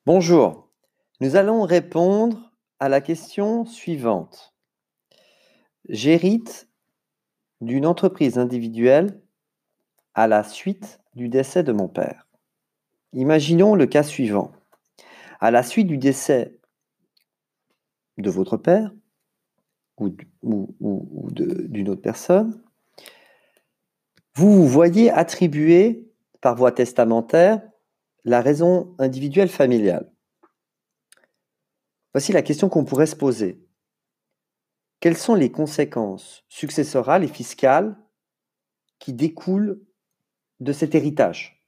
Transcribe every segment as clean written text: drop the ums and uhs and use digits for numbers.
Bonjour, nous allons répondre à la question suivante. J'hérite d'une entreprise individuelle à la suite du décès de mon père. Imaginons le cas suivant. À la suite du décès de votre père ou d'une autre personne, vous vous voyez attribuer par voie testamentaire la raison individuelle familiale. Voici la question qu'on pourrait se poser. Quelles sont les conséquences successorales et fiscales qui découlent de cet héritage?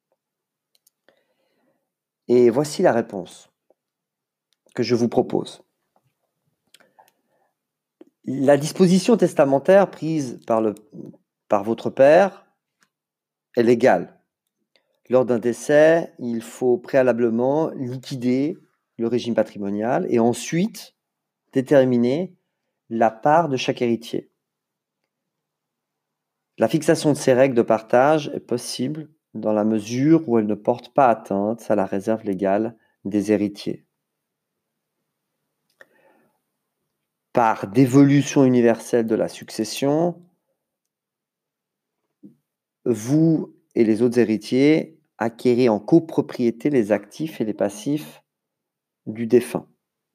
Et voici la réponse que je vous propose. La disposition testamentaire prise par votre père est légale. Lors d'un décès, il faut préalablement liquider le régime patrimonial et ensuite déterminer la part de chaque héritier. La fixation de ces règles de partage est possible dans la mesure où elle ne porte pas atteinte à la réserve légale des héritiers. Par dévolution universelle de la succession, vous et les autres héritiers acquérez en copropriété les actifs et les passifs du défunt.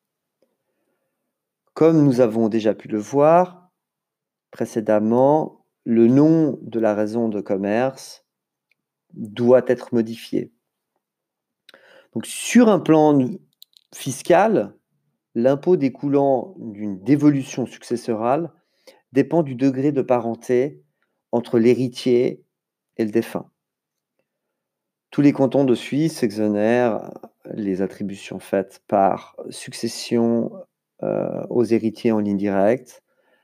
Comme nous avons déjà pu le voir précédemment, le nom de la raison de commerce doit être modifié. Donc, sur un plan fiscal, l'impôt découlant d'une dévolution successorale dépend du degré de parenté entre l'héritier et le défunt. Tous les cantons de Suisse exonèrent les attributions faites par succession aux héritiers en ligne directe,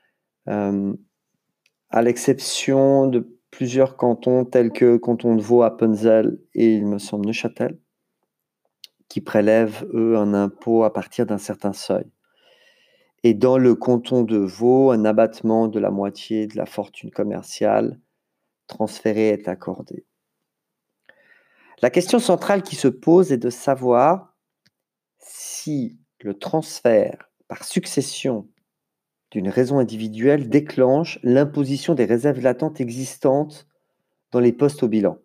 à l'exception de plusieurs cantons tels que canton de Vaud, Appenzell et, il me semble, Neuchâtel, qui prélèvent, eux, un impôt à partir d'un certain seuil. Et dans le canton de Vaud, un abattement de la moitié de la fortune commerciale transférée est accordé. La question centrale qui se pose est de savoir si le transfert par succession d'une raison individuelle déclenche l'imposition des réserves latentes existantes dans les postes au bilan.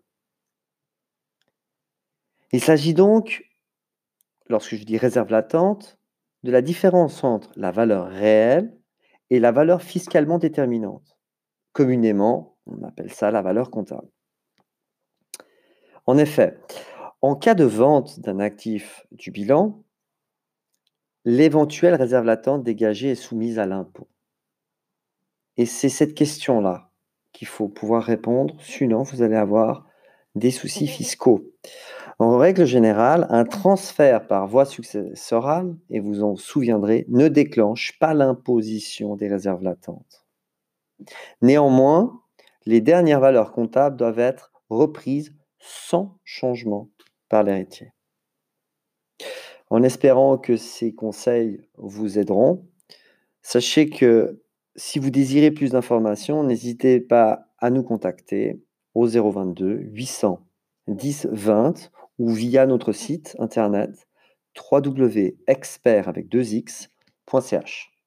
Il s'agit donc, lorsque je dis réserve latente, de la différence entre la valeur réelle et la valeur fiscalement déterminante. Communément, on appelle ça la valeur comptable. En effet, en cas de vente d'un actif du bilan, l'éventuelle réserve latente dégagée est soumise à l'impôt. Et c'est cette question-là qu'il faut pouvoir répondre, sinon vous allez avoir des soucis fiscaux. En règle générale, un transfert par voie successorale, et vous en souviendrez, ne déclenche pas l'imposition des réserves latentes. Néanmoins, les dernières valeurs comptables doivent être reprises sans changement par l'héritier. En espérant que ces conseils vous aideront, sachez que si vous désirez plus d'informations, n'hésitez pas à nous contacter au 022 800 10 20 ou via notre site internet www.expert.ch.